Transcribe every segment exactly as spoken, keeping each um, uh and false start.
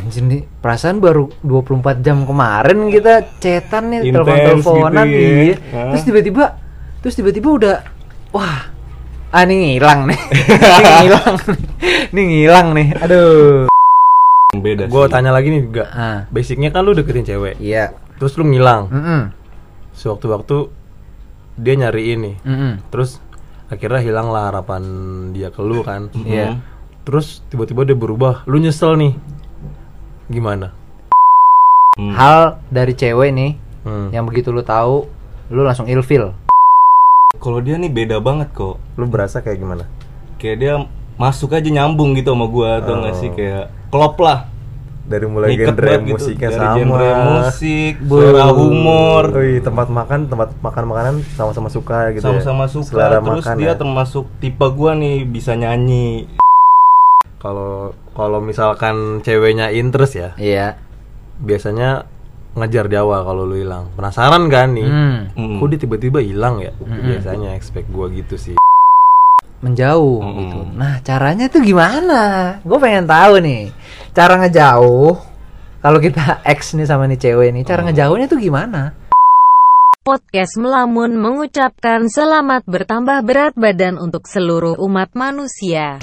anjir nih, perasaan baru dua puluh empat jam kemarin kita chatan nih, Intense telepon-teleponan gitu ya. iya. Hah? Terus tiba-tiba terus tiba-tiba udah wah, ah nih ngilang nih. Nih ngilang nih. Nih ngilang nih. Aduh. Beda sih. Gue tanya lagi nih juga. Ah, Basicnya kan lu deketin cewek, iya. terus lu ngilang. Mm-mm. Sewaktu-waktu dia nyariin nih, Mm-mm. terus akhirnya hilang lah harapan dia ke lu kan. Iya. Terus tiba-tiba dia berubah, lu nyesel nih, gimana? Hmm. Hal dari cewek nih Hmm. yang begitu lu tahu, lu langsung ilfeel. Kalau dia nih beda banget kok. Lu berasa kayak gimana? Kayak dia masuk aja nyambung gitu sama gua, tau gak sih, kayak klop lah. Dari mulai Ngiket genre banget gitu. musiknya Dari sama, genre musik, Bu. selera humor, Wih, tempat makan, tempat makan makanan sama-sama suka gitu. sama-sama ya? suka. Selera Terus makan dia ya? termasuk tipe gua nih, bisa nyanyi. Kalau kalau misalkan ceweknya interest ya, Iya. biasanya ngejar di awal kalau lu hilang. Penasaran kan nih? Hmm. Hmm. Kok dia tiba-tiba hilang ya? Mm-mm. Biasanya expect gua gitu sih. Menjauh Mm-mm. gitu. Nah, caranya tuh gimana? Gue pengen tahu nih. Cara ngejauh. Kalau kita ex nih sama nih cewek nih, cara ngejauhnya tuh gimana? Podcast Melamun mengucapkan selamat bertambah berat badan untuk seluruh umat manusia.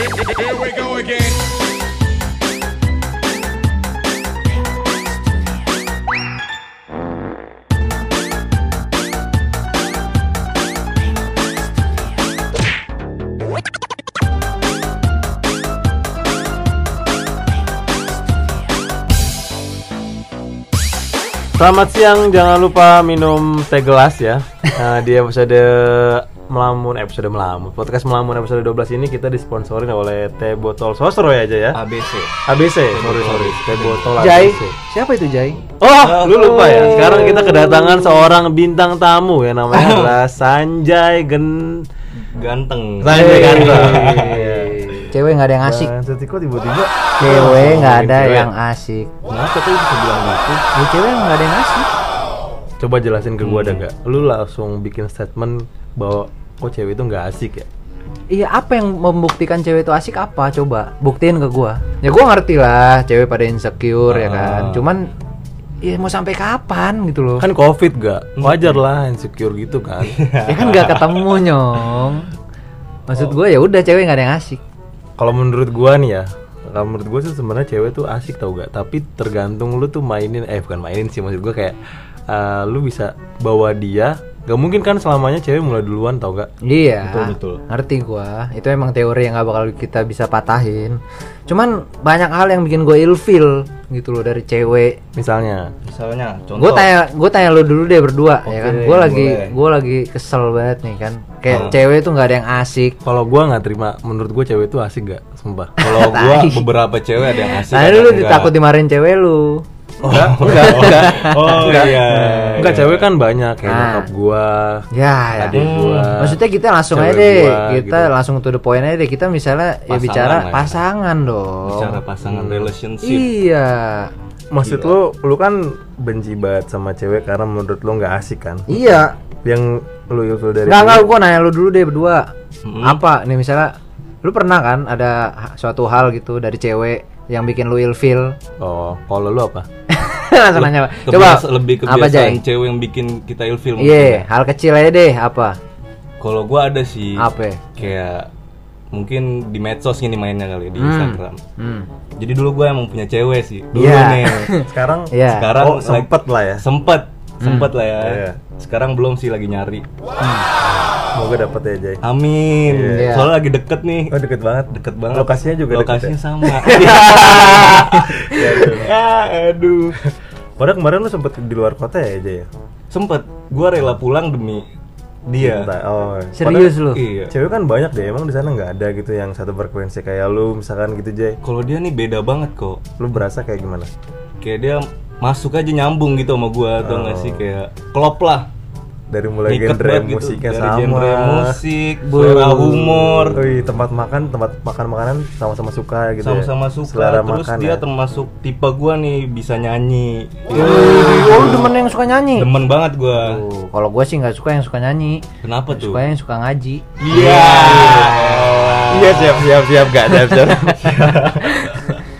Selamat siang, jangan lupa minum teh gelas ya. Nah, di episode Melamun, episode Melamun, podcast Melamun episode dua belas ini kita disponsorin oleh teh botol Sosro ya aja ya. A B C. A B C, sorry sorry, teh botol A B C. Jai. Siapa itu Jai? Oh, lu lupa ya. Sekarang kita kedatangan seorang bintang tamu ya, namanya adalah Sanjay Gen Ganteng. Sanjay Ganteng. Cewek nggak ada yang asik. Bangsat, kok tiba-tiba Cewek nggak ada Cewek. yang asik. Kenapa tuh bisa bilang gitu? Ya, cewek nggak ada yang asik. Coba jelasin ke gua Hmm. ada gak? Lu langsung bikin statement bahwa kok cewek itu nggak asik ya? Iya, apa yang membuktikan cewek itu asik apa? Coba buktiin ke gua. Ya gua ngerti lah, cewek pada insecure ya kan. Ah. Cuman ya mau sampai kapan gitu loh. Kan covid gak? Wajar lah insecure gitu kan. Ya kan nggak ketemu nyong. Maksud gua ya udah cewek nggak ada yang asik. Kalau menurut gua nih ya, kalau menurut gua sih sebenarnya cewek tuh asik tau gak? Tapi tergantung lu tuh mainin, eh bukan mainin sih, maksud gua kayak uh, lu bisa bawa dia. Gak mungkin kan selamanya cewek mulai duluan tau gak? Iya, Betul, betul. ngerti gua. Itu emang teori yang gak bakal kita bisa patahin. Cuman banyak hal yang bikin gua ilfeel gitu loh dari cewek. Misalnya, Misalnya, contoh. Gue tanya, gue tanya lu dulu deh berdua ya Oke, kan. Gue lagi, boleh. gue lagi kesel banget nih kan. Kayak Hmm. cewek tuh nggak ada yang asik. kalau gua nggak terima, menurut gua cewek tuh asik gak? Sumpah. Kalau gua Tai. beberapa cewek ada yang asik. Nah ada lu yang ditakut enggak. dimarahin cewek lu. Enggak, enggak, enggak. Oh Enggak. iya. Enggak, cewek kan banyak kayak Nah. nyokap gua, Ya, ya. adik gua. Maksudnya kita langsung cewek aja deh, gua, kita gitu. langsung to the point aja deh. Kita misalnya ya Pasangan bicara lah ya. pasangan dong. Bicara pasangan relationship. Iya. Maksud lu, lu kan benci banget sama cewek karena menurut lu nggak asik kan? Iya. Yang lu ilfil dari Enggak, enggak, cewek- gua nanya lu dulu deh berdua. Mm-mm. Apa nih misalnya lu pernah kan ada ha- suatu hal gitu dari cewek yang bikin lu ilfeel? Oh, kalau lu apa? Langsung nanya. Coba Kebiasa- lebih apa kebiasaan Jay? cewek yang bikin kita ilfil. Iya, hal kecil aja deh, apa? Kalau gua ada sih. Apa? Kayak mungkin di medsos gini mainnya kali di Hmm. Instagram. Hmm. Jadi dulu gua emang punya cewek sih. Dulu Iya. nih. Sekarang Iya. Sekarang oh, sempet lah ya. Sempet, sempet lah ya. Iya. Sekarang belum sih, lagi nyari. Semoga dapet ya, Jay. Amin. Iya. Soalnya lagi deket nih. Oh, deket banget. Deket banget. Lokasinya juga deket Lokasinya ya? sama. Ya, aduh. Padahal kemarin lu sempet di luar kota ya, Jay? ya? Sempet. Gua rela pulang demi dia. Cinta. Oh, Serius padahal lu? Iya. Cewek kan banyak deh, emang di sana nggak ada gitu yang satu frekuensi kayak lu misalkan gitu, Jay. Kalau dia nih beda banget kok. Lu berasa kayak gimana? Kayak dia masuk aja nyambung gitu sama gua, tau gak sih, kayak klop lah. Dari mulai Ngiket genre banget gitu. musiknya Dari sama. genre musik, selera humor, Wih, tempat makan, tempat makan makanan sama-sama suka gitu. sama-sama ya? suka. Selera Terus makan dia ya? termasuk tipe gua nih, bisa nyanyi. Oh, lu demen yang suka nyanyi? Demen banget gua. Tuh, kalau gua sih nggak suka yang suka nyanyi. Kenapa tuh? Suka yang suka ngaji. Iya. Iya, siap siap siap gak siap siap.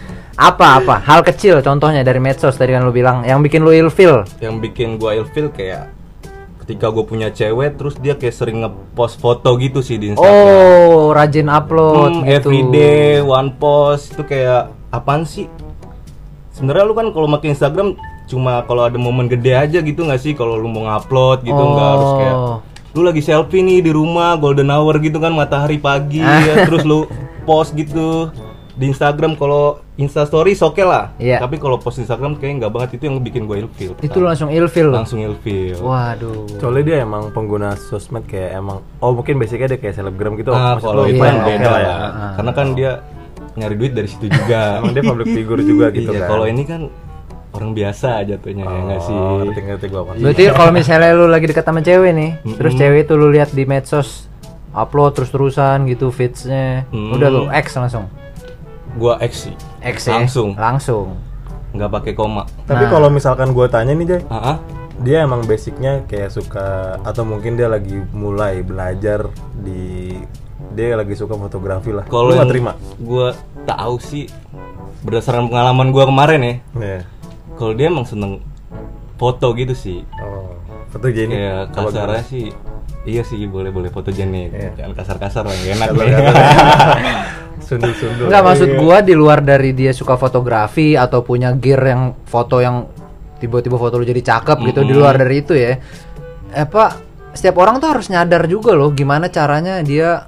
Apa apa hal kecil contohnya dari medsos tadi kan lu bilang yang bikin lu ilfil. Yang bikin gua ilfil kayak ketika gue punya cewek terus dia kayak sering ngepost foto gitu sih di Instagram. Oh, rajin upload Hmm, gitu. everyday one post itu kayak apaan sih? Sebenarnya lu kan kalau pakai Instagram cuma kalau ada momen gede aja gitu nggak sih? Kalau lu mau ngupload gitu nggak Oh. harus kayak lu lagi selfie nih di rumah golden hour gitu kan matahari pagi ya, terus lu post gitu di Instagram. Kalau Insta Stories oke lah. Iya. Tapi kalau post Instagram kayak nggak banget, itu yang bikin gue ilfil. Itu lu langsung ilfil lu. langsung ilfil. Waduh. Soalnya dia emang pengguna sosmed kayak emang oh mungkin basicnya dia kayak selebgram gitu. Nah, Maksud kalau lu itu iya, kan oke beda lah lah. ya. Ah. Karena kan dia nyari duit dari situ juga. Emang dia public figure juga gitu Iya, kan. kalau ini kan orang biasa jatuhnya ya nggak sih. Oh, ngerti-ngerti gua apa. Berarti kalau misalnya lu lagi dekat sama cewek nih, Mm-mm. terus cewek itu lu lihat di medsos upload terus-terusan gitu feeds-nya. Mm. Udah lu X langsung. Gua X sih. X ya? Langsung. Langsung. Nggak pakai koma. Tapi Nah. kalau misalkan gua tanya nih, Jay, Ah, ah. dia emang basicnya kayak suka atau mungkin dia lagi mulai belajar di dia lagi suka fotografi lah. Kalau Lu nggak yang terima? gua tahu sih berdasarkan pengalaman gua kemarin ya. Iya. Kalau dia emang seneng foto gitu sih. Oh, foto Jenny. Kayak Apa kasarnya gimana? sih. Iya sih boleh boleh fotogenik. Iya. Jangan kasar-kasar lah, nggak enak nih. Sundul-sundul. Enggak, maksud Iya. gua di luar dari dia suka fotografi atau punya gear yang foto yang tiba-tiba foto lu jadi cakep gitu, di Mm-mm. luar dari itu ya. Apa setiap orang tuh harus nyadar juga loh gimana caranya dia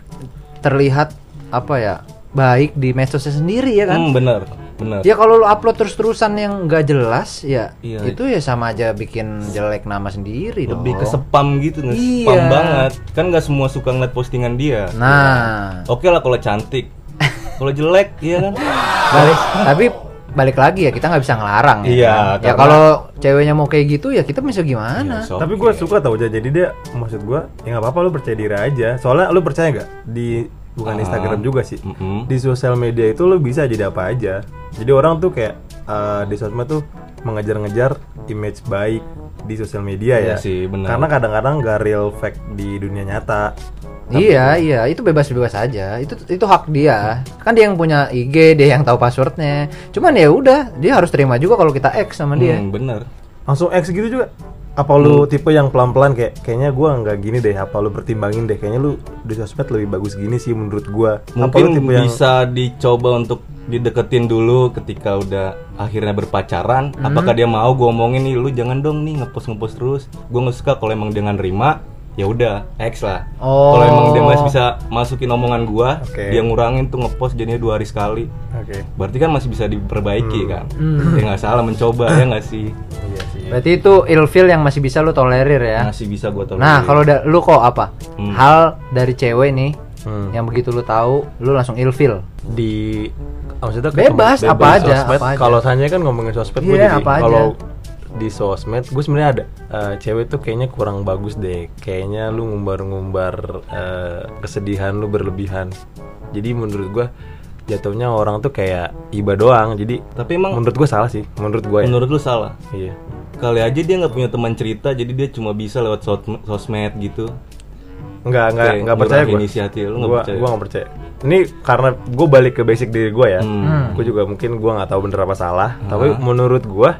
terlihat apa ya baik di medsosnya sendiri ya kan. Hmm, bener bener. Ya kalau lu upload terus-terusan yang nggak jelas ya Iya. itu ya sama aja bikin jelek nama sendiri dong. Lebih ke spam gitu, nge Iya. spam banget. Kan nggak semua suka ngeliat postingan dia. Nah, Oke lah kalau cantik. Kalau jelek, iya kan? balik tapi balik lagi ya kita nggak bisa ngelarang ya. Iya, kan? Ya karena- kalau ceweknya mau kayak gitu ya kita bisa gimana? Iya, so- Tapi gue suka tau aja, jadi dia maksud gue ya nggak apa-apa lu percaya diri aja. Soalnya lu percaya nggak di bukan Ah. Instagram juga sih, Mm-mm. di sosial media itu lu bisa jadi apa aja. Jadi orang tuh kayak eh, di sosmed tuh mengejar-ngejar image baik di sosial media Iya ya. sih, benar. Karena kadang-kadang nggak real fact di dunia nyata. Iya iya itu bebas-bebas aja itu itu hak dia kan dia yang punya I G dia yang tahu passwordnya cuman ya udah dia harus terima juga kalau kita X sama dia. Hmm, bener. Langsung X gitu juga. Apa lu tipe yang pelan-pelan kayak kayaknya gua nggak gini deh, apa lu pertimbangin deh kayaknya lu di sosmed lebih bagus gini sih menurut gua. Apa lu Mungkin tipe yang bisa dicoba untuk dideketin dulu ketika udah akhirnya berpacaran. Hmm. Apakah dia mau gue omongin nih, lu jangan dong nih ngepost ngepost terus. Gue nggak suka. Kalau emang dengan nerima, ya udah X lah. Oh. Kalau emang dia masih bisa masukin omongan gue, Oke. dia ngurangin tuh ngepost jadinya dua hari sekali. Oke. Berarti kan masih bisa diperbaiki kan. Hmm. Ya nggak salah mencoba ya nggak sih. Iya sih. Berarti itu ilfil yang masih bisa lu tolerir ya. Masih bisa gue tahu. Nah kalau da- lu kok apa Hmm. hal dari cewek nih Hmm. yang begitu lu tahu lu langsung ilfil. Di maksudnya Bebas, ketemu- apa aja, sosmed. apa aja. Kalau tanya kan ngomongin sosmed gue Iya, jadi apa aja. kalau di sosmed gue sebenarnya ada eh, cewek tuh kayaknya kurang bagus deh. Kayaknya lu ngumbar-ngumbar eh, kesedihan lu berlebihan. Jadi menurut gue jatuhnya orang tuh kayak iba doang. Jadi Tapi emang menurut gue salah sih. Menurut gue ya. menurut lu salah. Iya. Kali aja dia nggak punya teman cerita, jadi dia cuma bisa lewat sos- sosmed gitu. Enggak, enggak, Oke, enggak percaya ngurangin gue. isi hati lu, nggak Gua, percaya? gua nggak percaya. Ini karena gue balik ke basic diri gue ya. Hmm. Gue juga mungkin gue nggak tahu bener apa salah. Ah. Tapi menurut gue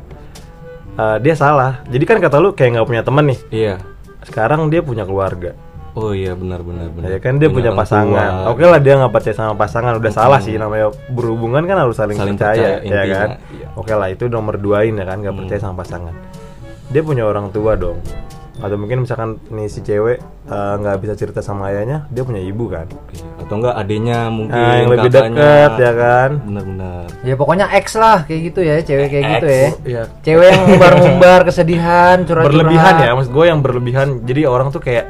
uh, dia salah. Jadi kan kata lu kayak nggak punya teman nih. Iya. Sekarang dia punya keluarga. Oh iya benar benar benar. Ya kan dia punya orang pasangan. tua. Oke lah dia nggak percaya sama pasangan. Udah Hmm. salah sih, namanya berhubungan kan harus saling, Saling percaya, percaya, ya intinya. kan. Iya. Oke lah itu nomor duain ya kan, nggak Hmm. percaya sama pasangan. Dia punya orang tua dong. Atau mungkin misalkan nih si cewek uh, nggak bisa cerita sama ayahnya, dia punya ibu kan. Atau enggak adenya mungkin Nah, yang lebih kakaknya. deket ya kan. Benar-benar. Ya pokoknya X lah kayak gitu ya cewek kayak gitu ya. Iya. Cewek yang ngumbar-ngumbar kesedihan curhat-curhat. Berlebihan ya, maksud gue yang berlebihan. Jadi orang tuh kayak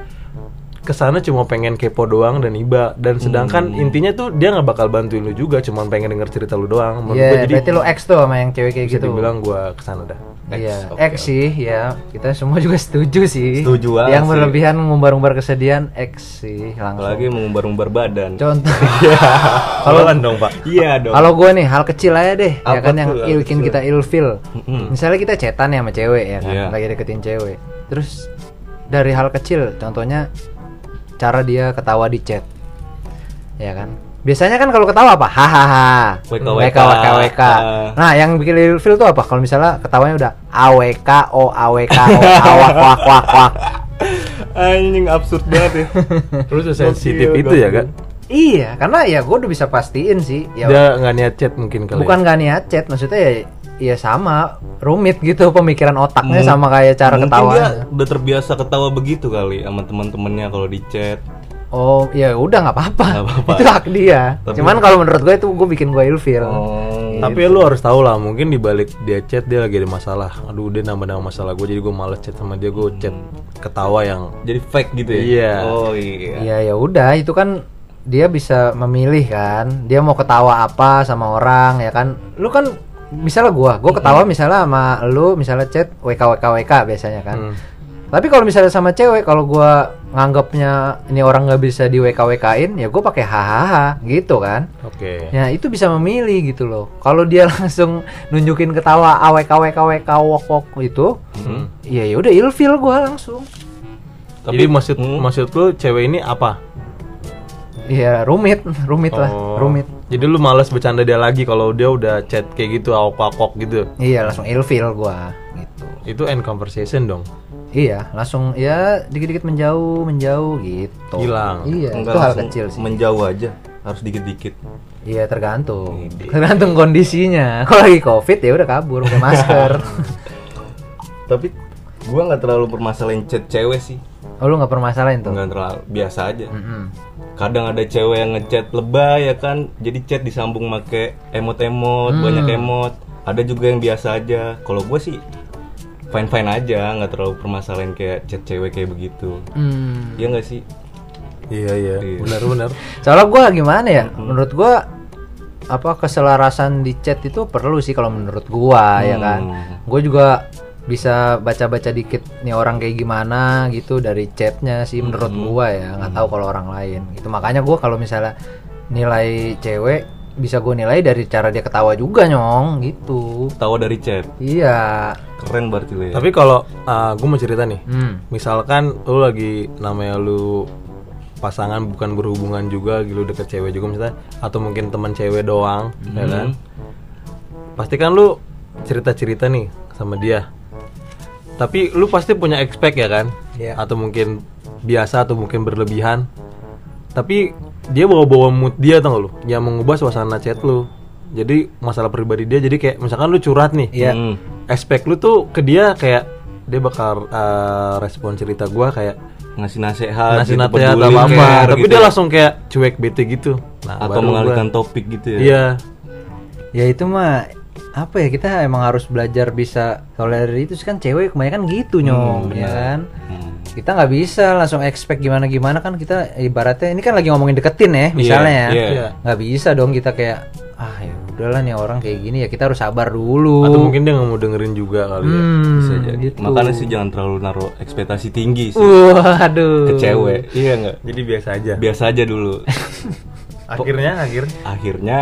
kesana cuma pengen kepo doang dan iba, dan sedangkan Hmm. intinya tuh dia nggak bakal bantuin lu juga, cuma pengen denger cerita lu doang. Menurut Iya, gua jadi berarti lo X tuh sama yang cewek kayak bisa gitu. dibilang gue kesana dah. Iya, X, oke, X sih ya. Kita semua juga setuju sih. Setuju banget Yang sih. berlebihan ngumbar-ngumbar kesedihan X sih langsung. Apalagi mengumbar-umbar badan. Contoh. Kalau kan dong pak. Iya dong. Kalau gue nih hal kecil aja deh, ya Apa kan yang tuh hal bikin kecil? kita ilfil. Mm-mm. Misalnya kita chatan ya sama cewek ya kan, Iya. lagi deketin cewek. Terus dari hal kecil, contohnya cara dia ketawa di chat, ya kan? Biasanya kan kalau ketawa apa? Hahaha. W K W W K K. W K W K. Nah, yang bikin ilfil tuh apa? Kalau misalnya ketawanya udah A W K O A W K O awak wak wak wak. Anjing absurd banget ya. Terus sensitif itu ya kak? Iya, karena ya gue udah bisa pastiin sih. Ya, Dia nggak niat chat mungkin kali. bukan gak niat chat, maksudnya ya, ya sama rumit gitu pemikiran otaknya Mung- sama kayak cara Mungkin ketawanya. dia udah terbiasa ketawa begitu kali sama teman-temannya kalau di chat. Oh, ya udah nggak apa-apa. Nggak apa-apa. Itu hak dia. Tapi- Cuman kalau menurut gue itu gue bikin gue ilfil. Oh. Tapi lu harus tahu lah, mungkin dibalik dia chat dia lagi ada masalah. Aduh dia nambah-nambah masalah gue, jadi gue males chat sama dia, gue chat ketawa yang Jadi fake gitu ya? Iya. Oh iya. Iya ya udah, itu kan dia bisa memilih kan. Dia mau ketawa apa sama orang ya kan. Lu kan misalnya gua, gua ketawa misalnya sama lu misalnya chat W K W K W K biasanya kan. Hmm. Tapi kalau misalnya sama cewek, kalau gua nganggapnya ini orang nggak bisa di W K W K-in, ya gua pakai hahaha gitu kan. Oke. Ya itu bisa memilih gitu loh. Kalau dia langsung nunjukin ketawa A W K W K W K wok wok itu, Hmm. ya ya udah ilfil gua langsung. Jadi maksud Hmm. maksud lu cewek ini apa? Iya rumit, rumit lah, Oh. rumit. Jadi lu malas bercanda dia lagi kalau dia udah chat kayak gitu awok-awok gitu. Iya langsung ilfil gua gitu. Itu end conversation dong. Iya langsung ya dikit-dikit menjauh menjauh gitu. Hilang. Iya Enggak itu hal langsung kecil sih. menjauh aja, harus dikit-dikit. Iya tergantung, Ide. tergantung kondisinya. Kalau lagi covid ya udah kabur pakai masker. Tapi gua nggak terlalu permasalahin chat cewek sih. Oh lu nggak permasalahin tuh? Nggak terlalu, biasa aja. Mm-mm. Kadang ada cewek yang ngechat lebay ya kan, jadi chat disambung make emot-emot, Hmm. banyak emot. Ada juga yang biasa aja. Kalau gue sih fine-fine aja, nggak terlalu permasalahin kayak chat cewek kayak begitu. Hmm. Iya nggak sih? Iya iya. Iya. Benar-benar. Soalnya gua gimana ya? Menurut gua apa keselarasan di chat itu perlu sih kalau menurut gua ya kan. Hmm. Gue juga bisa baca-baca dikit nih orang kayak gimana gitu dari chatnya sih menurut Hmm. gua ya, nggak tahu kalau orang lain gitu. Makanya gua kalau misalnya nilai cewek bisa gue nilai dari cara dia ketawa juga nyong gitu. Tahu dari chat, Iya. keren berarti lo ya. Tapi kalau uh, gue mau cerita nih, Hmm. misalkan lu lagi namanya lu pasangan bukan berhubungan juga, gitu deket cewek juga misalnya, atau mungkin teman cewek doang, ya kan? Pasti kan lu cerita-cerita nih sama dia. Tapi lu pasti punya expect ya kan? Iya. Atau mungkin biasa atau mungkin berlebihan. Tapi dia bawa-bawa mood dia tau gak lu? Yang mengubah suasana chat lu. Jadi masalah pribadi dia, jadi kayak misalkan lu curhat nih. Iya. Hmm. Expect lu tuh ke dia kayak dia bakal uh, respon cerita gua kayak Ngasih nasehat, ngasih gitu, nasihat peduli, apa apa, care tapi gitu dia ya. langsung kayak cuek bete gitu. Nah, Atau baru mengalihkan gua- topik gitu ya. Iya. Ya itu mah apa ya, kita emang harus belajar bisa, kalau dari itu sih kan cewek kebanyakan gitu nyong, ya kan. Hmm. Kita nggak bisa langsung expect gimana gimana kan, kita ibaratnya ini kan lagi ngomongin deketin ya misalnya iya. ya, nggak bisa dong kita kayak ah ya udahlah nih orang kayak gini ya, kita harus sabar dulu. Atau mungkin dia nggak mau dengerin juga kali ya. hmm, Bisa jadi. gitu. Makanya sih jangan terlalu naruh ekspektasi tinggi sih Waduh. ke cewek. Iya nggak? Jadi biasa aja. Biasa aja dulu. Akhirnya akhir. Akhirnya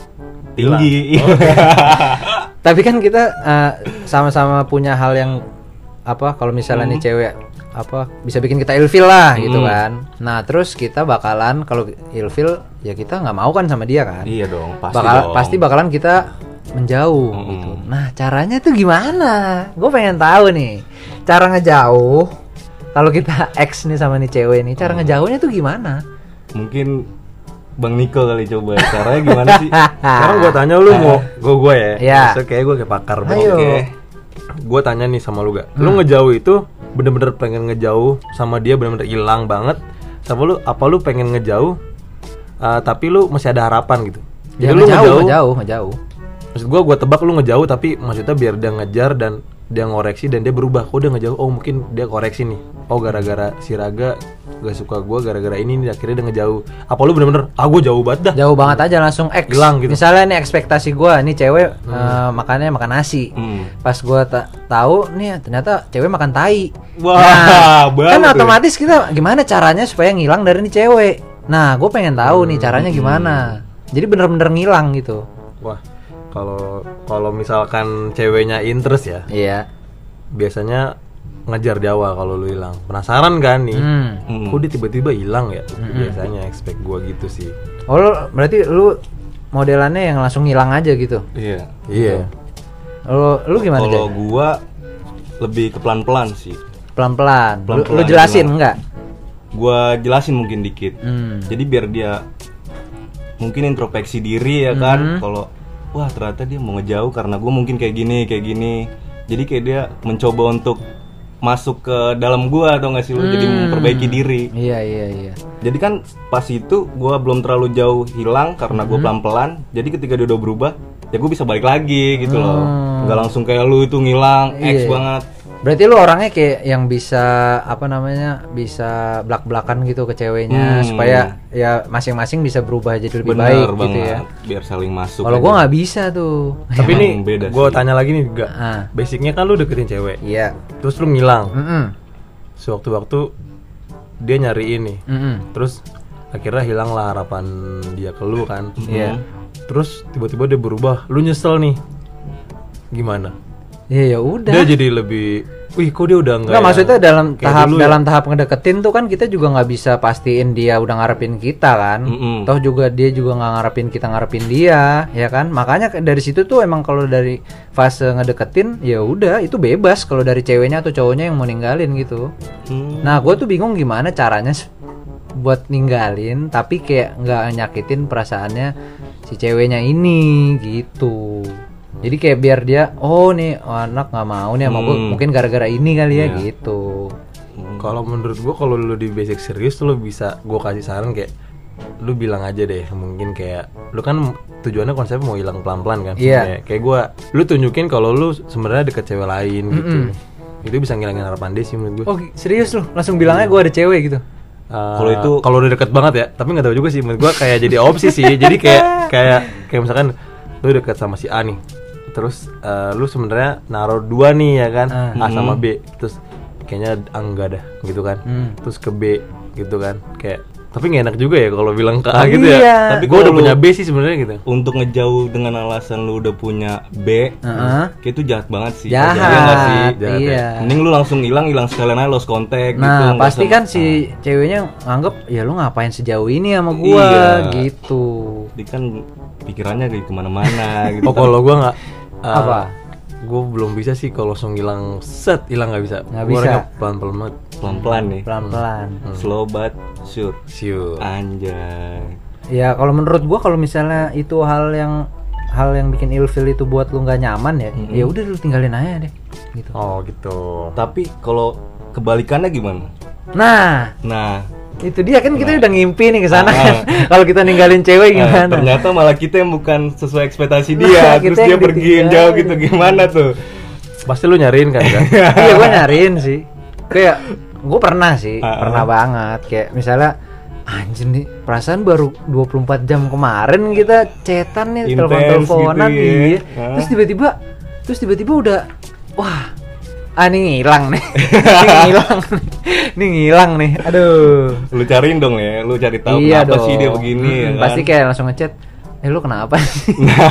tinggi. Tapi kan kita eh, sama-sama punya hal yang apa, kalau misalnya Hmm. nih cewek apa bisa bikin kita ilfil lah gitu Hmm. kan. Nah terus kita bakalan kalau ilfil ya kita nggak mau kan sama dia kan. Iya dong, pasti Bakal, dong. pasti bakalan kita menjauh Mm-mm. gitu. Nah caranya tuh gimana? Gue pengen tahu nih cara ngejauh. Kalau kita ex nih sama nih cewek nih, cara ngejauhnya tuh gimana? Mungkin Bang Niko kali coba. Caranya gimana sih? Sekarang gua tanya lu mau gua gua ya. Iya. Maksudnya kayak gua kayak pakar banget. Ayo. Oke. Gua tanya nih sama lu gak? Lu ngejauh itu bener-bener pengen ngejauh sama dia bener-bener hilang banget. Sama lu apa lu pengen ngejauh uh, tapi lu masih ada harapan gitu. Ya lu ngejauh, ngejauh, ngejauh. Maksud gua gua tebak lu ngejauh tapi maksudnya biar dia ngejar dan dia ngoreksi dan dia berubah. Kok dia ngejauh? Oh mungkin dia koreksi nih. Oh gara-gara si Raga gak suka gua gara-gara ini nih akhirnya dia ngejauh. Apa lu bener-bener ah gua jauh banget dah. Jauh banget aja langsung X. Hilang gitu. Misalnya nih ekspektasi gua nih cewek eh, makannya makan nasi. Hmm. Pas gua ta- tahu nih ternyata cewek makan tai. Wah, Nah, banget kan tuh. otomatis kita gimana caranya supaya ngilang dari nih cewek. Nah, gue pengen tahu nih caranya gimana. Jadi bener-bener ngilang gitu. Wah, kalau kalau misalkan ceweknya interest ya, Iya. biasanya ngejar di awal kalau lu hilang. Penasaran kan nih? Hmm. Hmm. Kok dia tiba-tiba hilang ya? Biasanya expect gua gitu sih. Oh, lu, berarti lu modelannya yang langsung ngilang aja gitu. Iya. Iya. Lu lu gimana, Kalau Jay? gua lebih ke pelan-pelan sih. Pelan-pelan. Lu, Pelan-pelan lu jelasin hilang. enggak? Gua jelasin mungkin dikit. Hmm. Jadi biar dia mungkin introspeksi diri ya kan. Mhm. Kalau wah ternyata dia mau ngejauh karena gua mungkin kayak gini, kayak gini. Jadi kayak dia mencoba untuk masuk ke dalam gua atau nggak sih lu, jadi Hmm. memperbaiki diri. Iya, iya, iya. Jadi kan pas itu gua belum terlalu jauh hilang karena gua pelan-pelan. Jadi ketika dia udah berubah, ya gua bisa balik lagi gitu loh. Hmm. Nggak langsung kayak lu itu ngilang, X Iya. banget. Berarti lu orangnya kayak yang bisa apa namanya? Bisa belak-belakan gitu ke ceweknya Hmm. supaya ya masing-masing bisa berubah jadi lebih Bener baik banget, gitu ya. biar saling masuk. Kalau aja. gua nggak bisa tuh. Tapi Emang nih beda gue sih. tanya lagi nih gak. Ah. Basicnya kan lu deketin cewek, Iya. terus lu ngilang. Mm-mm. Sewaktu-waktu dia nyariin nih. Mm-mm. Terus akhirnya hilang lah harapan dia ke lu kan. Iya. Terus tiba-tiba dia berubah, lu nyesel nih. Gimana? Iya, ya udah. Dia jadi lebih, wih kok dia udah enggak. Enggak, maksudnya dalam kayak tahap dulu ya? dalam tahap ngedeketin tuh kan kita juga nggak bisa pastiin dia udah ngarepin kita kan. Mm-mm. Toh juga dia juga nggak ngarepin kita ngarepin dia, ya kan? Makanya ke- dari situ tuh emang kalau dari fase ngedeketin ya udah itu bebas kalau dari ceweknya atau cowoknya yang mau ninggalin gitu. Hmm. Nah, gue tuh bingung gimana caranya s- buat ninggalin tapi kayak nggak nyakitin perasaannya si ceweknya ini gitu. Jadi kayak biar dia, oh nih oh, anak nggak mau nih sama gue, Hmm. mungkin gara-gara ini kali ya Iya. gitu. Kalau menurut gua kalau lu di basic serius tuh lu bisa gua kasih saran kayak lu bilang aja deh, mungkin kayak lu kan tujuannya konsepnya mau hilang pelan-pelan kan. Iya. Kayak, kayak gua lu tunjukin kalau lu sebenarnya deket cewek lain gitu. Mm-mm. Itu bisa ngilangin harapan dia sih menurut gua. Oh serius lu? Langsung bilangnya gue ada cewek gitu? Uh, Kalau itu- kalau udah deket banget ya, tapi nggak tahu juga sih menurut gua kayak jadi opsi sih. Jadi kayak kayak kayak misalkan lu deket sama si A nih. Terus uh, lu sebenarnya naruh dua nih ya kan, Ah. A sama B. Terus kayaknya A enggak dah gitu kan. Hmm. Terus ke B gitu kan. Kayak tapi nggak enak juga ya kalau bilang ke A Oh, gitu iya. ya. Tapi Tapi gua udah kalau punya lu- B sih sebenarnya gitu. Untuk ngejauh dengan alasan lu udah punya B, Heeh. kayak itu jahat banget sih. Jahat, Iya nggak sih? Jahat ya. iya. Mending lu langsung hilang, hilang sekalian aja, lost contact gitu. Nah nggak pasti usah- kan si ceweknya nganggep ya lu ngapain sejauh ini sama gua Iya. gitu. Dia kan pikirannya kayak kemana-mana gitu. Oh kalau gua nggak uh, Apa? Gue belum bisa sih kalau langsung hilang set hilang nggak bisa. Nggak Gua bisa. orangnya pelan-pelan banget. Pelan-pelan nih. Pelan-pelan. Slow but sure. Siu. Anjay. Ya kalau menurut gua kalau misalnya itu hal yang hal yang bikin ilfil itu buat lu nggak nyaman ya, Mm-mm. ya udah lu tinggalin aja deh. Gitu. Oh gitu. Tapi kalau kebalikannya gimana? Nah Nah, itu dia kan kita Nah. udah ngimpi nih ke sana. Ah. Kalau kita ninggalin cewek eh, gimana? ternyata malah kita yang bukan sesuai ekspektasi Nah, dia, kita terus yang dia pergi yang jauh gitu, ditinggalin. gimana tuh? Pasti lu nyariin kan kan? Iya gue nyariin sih. Kayak gue pernah sih, Ah, ah. pernah banget. Kayak misalnya anjir nih, perasaan baru dua puluh empat jam kemarin kita chatan nih, Intens telepon-teleponan gitu ya. iya. Ah. Terus tiba-tiba terus tiba-tiba udah wah, ah nih ngilang nih. Nih ngilang nih. Nih ngilang nih. Aduh. Lu cariin dong ya, lu cari tahu Iya kenapa dong. sih dia begini Mm, ya kan? Pasti kayak langsung ngechat. Eh lu kenapa sih?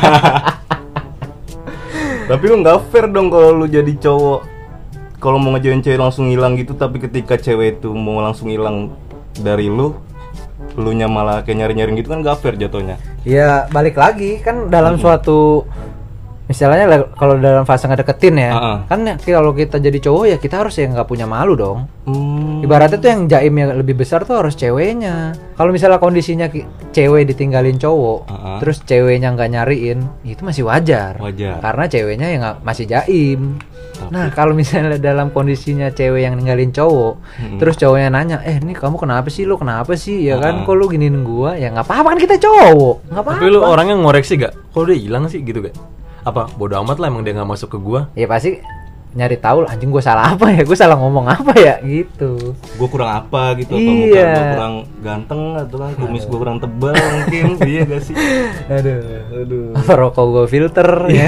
Tapi lu nggak fair dong kalau lu jadi cowok. Kalau mau ngejoin cewek langsung hilang gitu, tapi ketika cewek itu mau langsung hilang dari lu, lu nya malah kayak nyari-nyari gitu kan nggak fair jatuhnya. Ya balik lagi kan dalam suatu misalnya lah, kalau dalam fase ngedeketin ya, Ah-ah. kan ya, kalau kita jadi cowok ya kita harus ya nggak punya malu dong. Hmm. Ibaratnya tuh yang jaimnya lebih besar tuh harus ceweknya. Kalau misalnya kondisinya ki- cewek ditinggalin cowok, Ah-ah. terus ceweknya nggak nyariin, itu masih wajar. Wajar. Karena ceweknya yang nggak- masih jaim. Tapi- Nah kalau misalnya dalam kondisinya cewek yang ninggalin cowok, Mm-mm. terus cowoknya nanya, eh nih kamu kenapa sih, lu kenapa sih, ya kan, Ah. kok lu giniin gua, ya nggak apa-apa kan kita cowok, nggak apa-apa. Tapi lu orangnya ngoreksi gak? Kok dia hilang sih gitu gak? Apa bodo amat lah emang dia nggak masuk ke gua? Ya pasti nyari tahu lah, anjing gue salah apa ya, gue salah ngomong apa ya gitu. Gue kurang apa gitu, atau muka Iya. gue kurang ganteng, atau kan kumis gue kurang tebal mungkin, iya gak sih? Aduh, Aduh. apa rokok gue filter ya.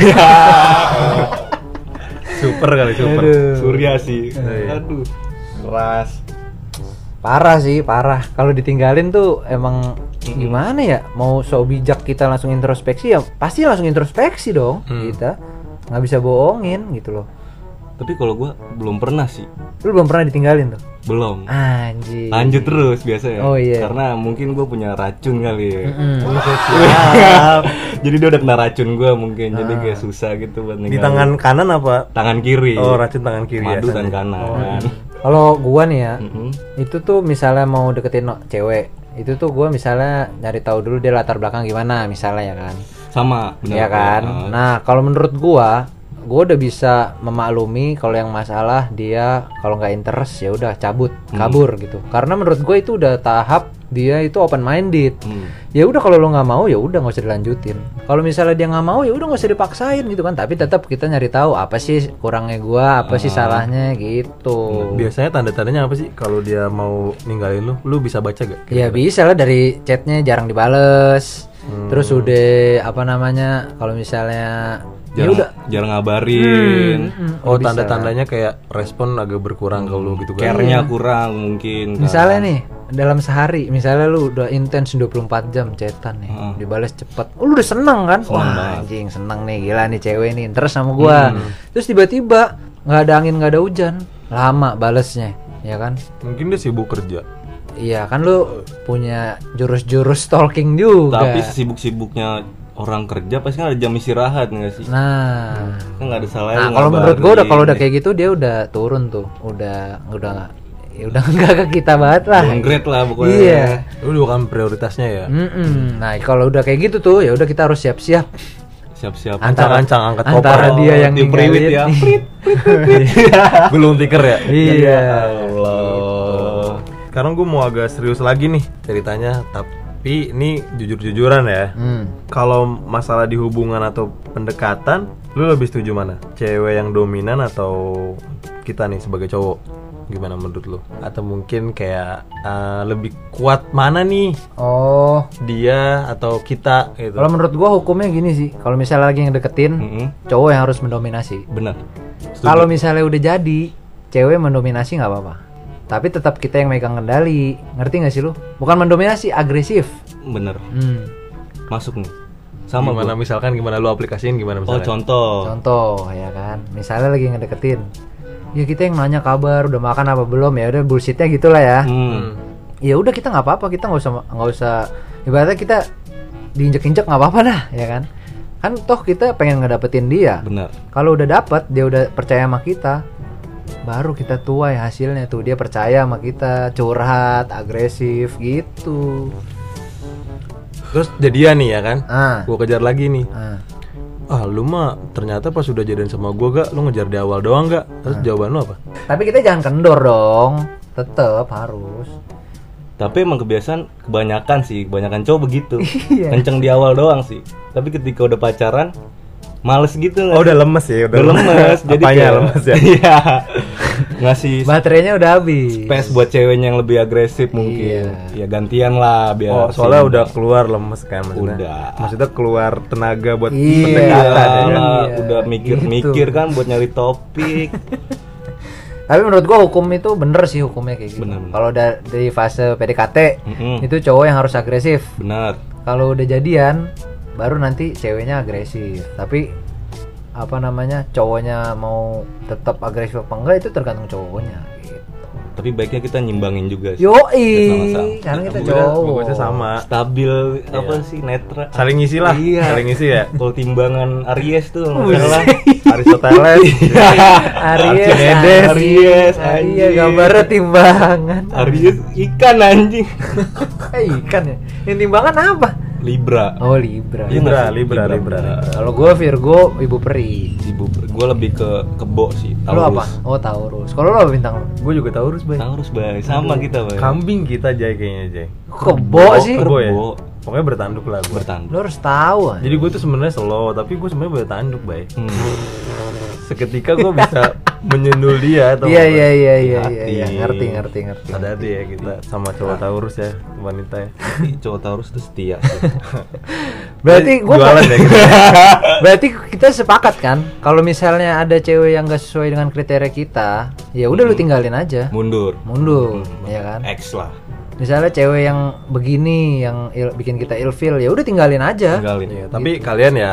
Super kali super. Aduh. Surya sih, Iya. aduh, keras. Parah sih, parah. Kalau ditinggalin tuh emang gimana ya? Mau so bijak kita langsung introspeksi ya pasti langsung introspeksi dong Hmm. kita. Nggak bisa bohongin gitu loh. Tapi kalau gua belum pernah sih. Lu belum pernah ditinggalin tuh? Belum. Anjir. Lanjut terus biasanya. Oh, iya. Karena mungkin gua punya racun kali ya. Mm-mm. Jadi dia udah kena racun gua mungkin. Jadi Ah. kayak susah gitu buat Di ninggalin. tangan kanan apa? tangan kiri. Oh, racun tangan kiri ya. Madu tangan San. kanan. Kalau gua nih ya, Mm-mm. itu tuh misalnya mau deketin no- cewek, itu tuh gua misalnya nyari tahu dulu dia latar belakang gimana misalnya ya kan. Sama, benar. Iya kan? Ah. Nah, kalau menurut gua, gua udah bisa memaklumi kalau yang masalah dia kalau nggak interest ya udah cabut, Hmm. kabur gitu. Karena menurut gua itu udah tahap dia itu open minded. Hmm. Ya udah kalau lo nggak mau ya udah nggak usah dilanjutin. Kalau misalnya dia nggak mau ya udah nggak usah dipaksain gitu kan. Tapi tetap kita nyari tahu apa sih kurangnya gua, apa sih Ah. salahnya gitu. Biasanya tanda-tandanya apa sih kalau dia mau ninggalin lu? Lu bisa baca gak? Ya bisa lah dari chatnya jarang dibales. Hmm. Terus udah apa namanya kalau misalnya ya Jarang, udah jarang ngabarin. Hmm, Oh, bisa tanda-tandanya kayak respon agak berkurang ke lu gitu kan. Care-nya kurang mungkin. kan. misalnya nih dalam sehari misalnya lu udah intens dua puluh empat jam chatan nih Heeh. dibales cepet oh, lu udah seneng kan Seneng wah banget. anjing seneng nih gila nih cewek nih terus sama gua Hmm. terus tiba-tiba nggak ada angin nggak ada hujan lama balesnya ya kan Mungkin dia sibuk kerja. iya kan lu punya jurus-jurus stalking juga Tapi sesibuk-sibuknya orang kerja pasti kan ada jam istirahat nggak sih? nah Kan nggak ada salahnya. nah lu kalau menurut gua udah kalau udah ngabarin. kayak gitu dia udah turun tuh udah udah nggak ya udah nggak ke kita banget lah downgrade lah pokoknya. iya Lu bukan prioritasnya ya. Mm-mm. Nah kalau udah kayak gitu tuh ya udah kita harus siap-siap Siap-siap. Ancang-ancang angkat koper. antara dia yang tim priwit ninggalin. ya. Gulung tikar ya. Iya. Allah. Sekarang gue mau agak serius lagi nih ceritanya, tapi ini jujur-jujuran ya. Hmm. Kalau masalah di hubungan atau pendekatan, lu lebih setuju mana? Cewek yang dominan atau kita nih sebagai cowok? Gimana menurut lu? Atau mungkin kayak uh, lebih kuat mana nih? Oh, Dia atau kita gitu? kalau menurut gua hukumnya gini sih. Kalau misalnya lagi ngedeketin, Mm-mm. cowok yang harus mendominasi. Benar. Setuju. Kalau misalnya udah jadi, cewek mendominasi nggak apa-apa. Tapi tetap kita yang megang kendali. Ngerti nggak sih lu? Bukan mendominasi, agresif. bener. Hmm. Masuk nih. Sama gimana gua. misalkan gimana lu aplikasiin gimana Oh, misalnya? contoh. Contoh ya kan. Misalnya lagi ngedeketin. Ya kita yang nanya kabar, udah makan apa belum ya udah bullshitnya gitulah ya. Hmm. Ya udah kita nggak apa-apa, kita nggak usah nggak usah ibaratnya kita diinjek-injek nggak apa-apa dah ya kan. Kan toh kita pengen ngedapetin dia. Benar. Kalau udah dapet dia udah percaya sama kita, baru kita tuai hasilnya tuh dia percaya sama kita, curhat, agresif gitu. Terus jadian nih ya kan? Ah, Gua kejar lagi nih. ah. Ah lu mah ternyata pas udah jadian sama gua gak, lu ngejar di awal doang gak? Terus jawaban lu apa? Tapi kita jangan kendor dong, tetep harus. Tapi emang kebiasaan kebanyakan sih, kebanyakan cowok begitu. Iya. Kenceng di awal doang sih. Tapi ketika udah pacaran, males gitu nggak Oh sih? udah lemes ya, udah lemes. Jadi Apanya kayak- lemes ya? Iya. Ngasih Baterainya udah habis. space buat ceweknya yang lebih agresif mungkin. Iya. Ya gantian lah biar. Oh soalnya seimbang. udah keluar lemes kan maksudnya. Udah. Maksudnya keluar tenaga buat Iya. pendekatan ya kan? Iya, udah mikir-mikir gitu. kan buat nyari topik. Tapi menurut gua hukum itu bener sih hukumnya kayak gitu. Bener, bener. Kalau udah dari fase P D K T Mm-mm. itu cowok yang harus agresif. Benar. Kalau udah jadian baru nanti ceweknya agresif. Tapi apa namanya cowoknya mau tetap agresif apa enggak itu tergantung cowoknya gitu. Tapi baiknya kita nyimbangin juga sih. Yoi, Sama-sama. karena kita Bagusnya- cowok. bagusnya sama. Stabil apa sih netral. Saling ngisi lah, Iya. saling ngisi ya. Kalau timbangan Aries tuh Buset. salah. Aristoteles. Aries, Archimedes, Aries, Iya, anjing. gambarnya timbangan. Aries ikan anjing. Eh, ikan ya. Yang timbangan apa? Libra. Oh, Libra. Iya Libra, nggak sih? Libra, Libra. Kalau gue Virgo, Ibu Peri. Ibu, gue lebih ke kebo sih. Lu apa? Oh, Taurus. Kalau lu apa bintang lu? Gue juga Taurus, Bay. Taurus, Bay. Sama kita, Bay. Kambing kita Jay kayaknya Jay. Kebo sih. Kebo ya. Kebo. Pokoknya bertanduk lah gue. Bertanduk. Lu harus tahu. ah. Jadi gue tuh sebenarnya slow, tapi gue sebenarnya bertanduk, Bay. Hmm. Seketika gue bisa menyundul dia atau Iya, iya, iya, iya, iya, Hati. iya. Ngerti, ngerti, ngerti. Hati-hati ya kita sama cowok Taurus ya, wanita ya. Tapi cowok Taurus tuh setia sih. Berarti gua jualan ya gitu. Berarti kita sepakat kan kalau misalnya ada cewek yang gak sesuai dengan kriteria kita, ya udah lu tinggalin aja. Mundur. Mundur, ya kan? X lah. Misalnya cewek yang begini yang il- bikin kita ilfeel, ya udah tinggalin aja. Tinggalin. Iya, tapi kalian ya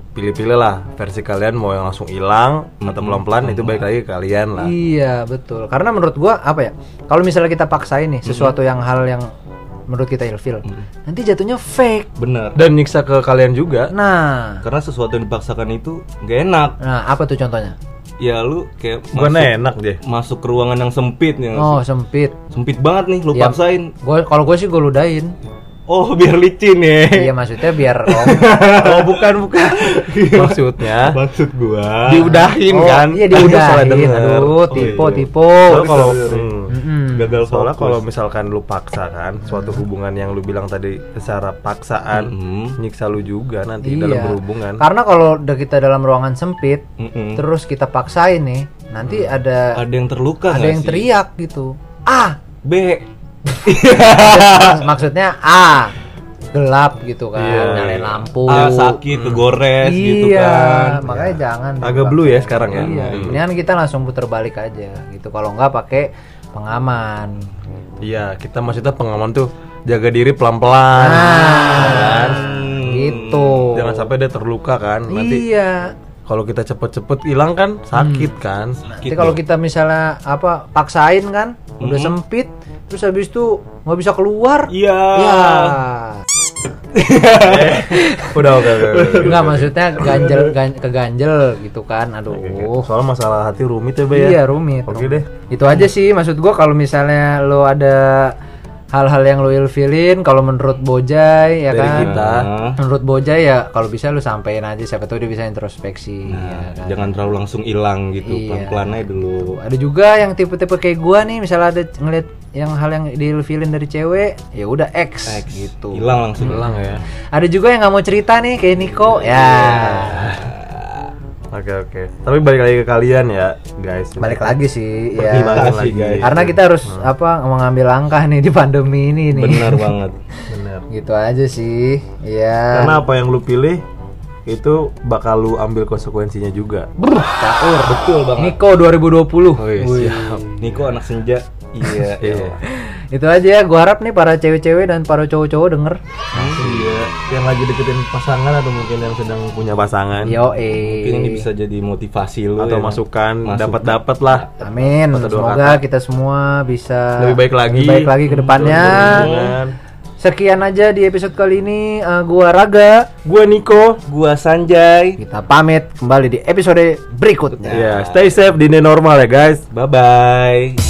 pilih-pilih lah versi kalian mau yang langsung hilang atau pelan-pelan itu baik lagi ke kalian lah. Iya betul. Karena menurut gua apa ya? Kalau misalnya kita paksain nih sesuatu yang hal yang menurut kita ilfil, nanti jatuhnya fake. Bener. Dan nyiksa ke kalian juga. Nah, Karena sesuatu yang dipaksakan itu gak enak. nah apa tuh contohnya? Ya lu kayak Bukan masuk, enak deh. masuk ke ruangan yang sempit ya nggak Oh sih? sempit. Sempit banget nih lu Ya, paksain. Gua kalau gue sih gue ludahin. Oh biar licin ya. Iya maksudnya biar om. Oh bukan bukan. Maksudnya Maksud gua. diudahin Oh, kan? iya Salah diudahin. denger. Aduh, Oh, tipe iya. tipe. Soalnya kalau Sorry, sorry. hmm. Mm-mm. Gagal Soalnya fokus. kalau misalkan lu paksa kan suatu hubungan yang lu bilang tadi secara paksaan Mhm. nyiksa lu juga nanti Iya. dalam berhubungan. Karena kalau udah kita dalam ruangan sempit, Mm-mm. terus kita paksain nih, nanti ada ada yang terluka ada nggak yang sih? teriak gitu. Ah, B. Maksud- maksudnya ah gelap gitu kan, Iya. nyalain lampu. Ah sakit kegores iya, gitu kan. makanya jangan. Agak blue ya sekarang ya. Iya, Hmm. ini kan kita langsung puter balik aja gitu. Kalau nggak pakai pengaman. Iya, kita maksudnya pengaman tuh jaga diri pelan-pelan. Nah, kan? gitu. Jangan sampai dia terluka kan. Nanti Iya. kalau kita cepet-cepet hilang kan sakit kan. Nanti kalau kita misalnya apa paksain kan, udah sempit, terus habis itu nggak bisa keluar. Iya. Ya. Udah oke oke. oke. Enggak maksudnya ganjel gan, keganjel gitu kan. Aduh. Soal masalah hati rumit ya, Bay ya. Iya, rumit. Oke rumit. deh. Itu aja sih maksud gua kalau misalnya lo ada hal-hal yang lo ilfilin, kalau menurut Bojai ya Dari kan. kita. Menurut Bojai ya kalau bisa lu sampein aja, siapa tahu dia bisa introspeksi. Nah, ya kan? jangan terlalu langsung hilang gitu, Iya. pelan-pelan aja dulu. Ada juga yang tipe-tipe kayak gua nih, misalnya ada ngeliat yang hal yang diilfilin dari cewek, ya udah X, X, gitu. hilang langsung. Hilang ya. Ada juga yang nggak mau cerita nih kayak Niko, ya. Oke oke. Tapi balik lagi ke kalian ya, guys. Balik lagi sih, Pertimbangan ya. lagi, guys. Karena kita harus apa mengambil langkah nih di pandemi ini nih. Benar banget. Bener. Gitu aja sih, ya. Karena apa yang lu pilih itu bakal lu ambil konsekuensinya juga. Caur. Betul banget. Niko dua ribu dua puluh. Wih, Wih. siap. Niko anak senja. Iya. Iya. Itu aja ya, gua harap nih para cewek-cewek dan para cowok-cowok denger. Iya. Yang lagi deketin pasangan atau mungkin yang sedang punya pasangan. Yo Mungkin ini bisa jadi motivasi lu Atau ya. masukan, Masukan. dapat-dapat lah. Amin. Atau dua Semoga kata. kita semua bisa Lebih baik lagi. lebih baik lagi ke depannya. Dengan Sekian aja di episode kali ini. Eh, gua Raga. gua Niko. Gua Sanjay. Kita pamit kembali di episode berikutnya. Ya, stay safe di new normal ya guys. Bye bye.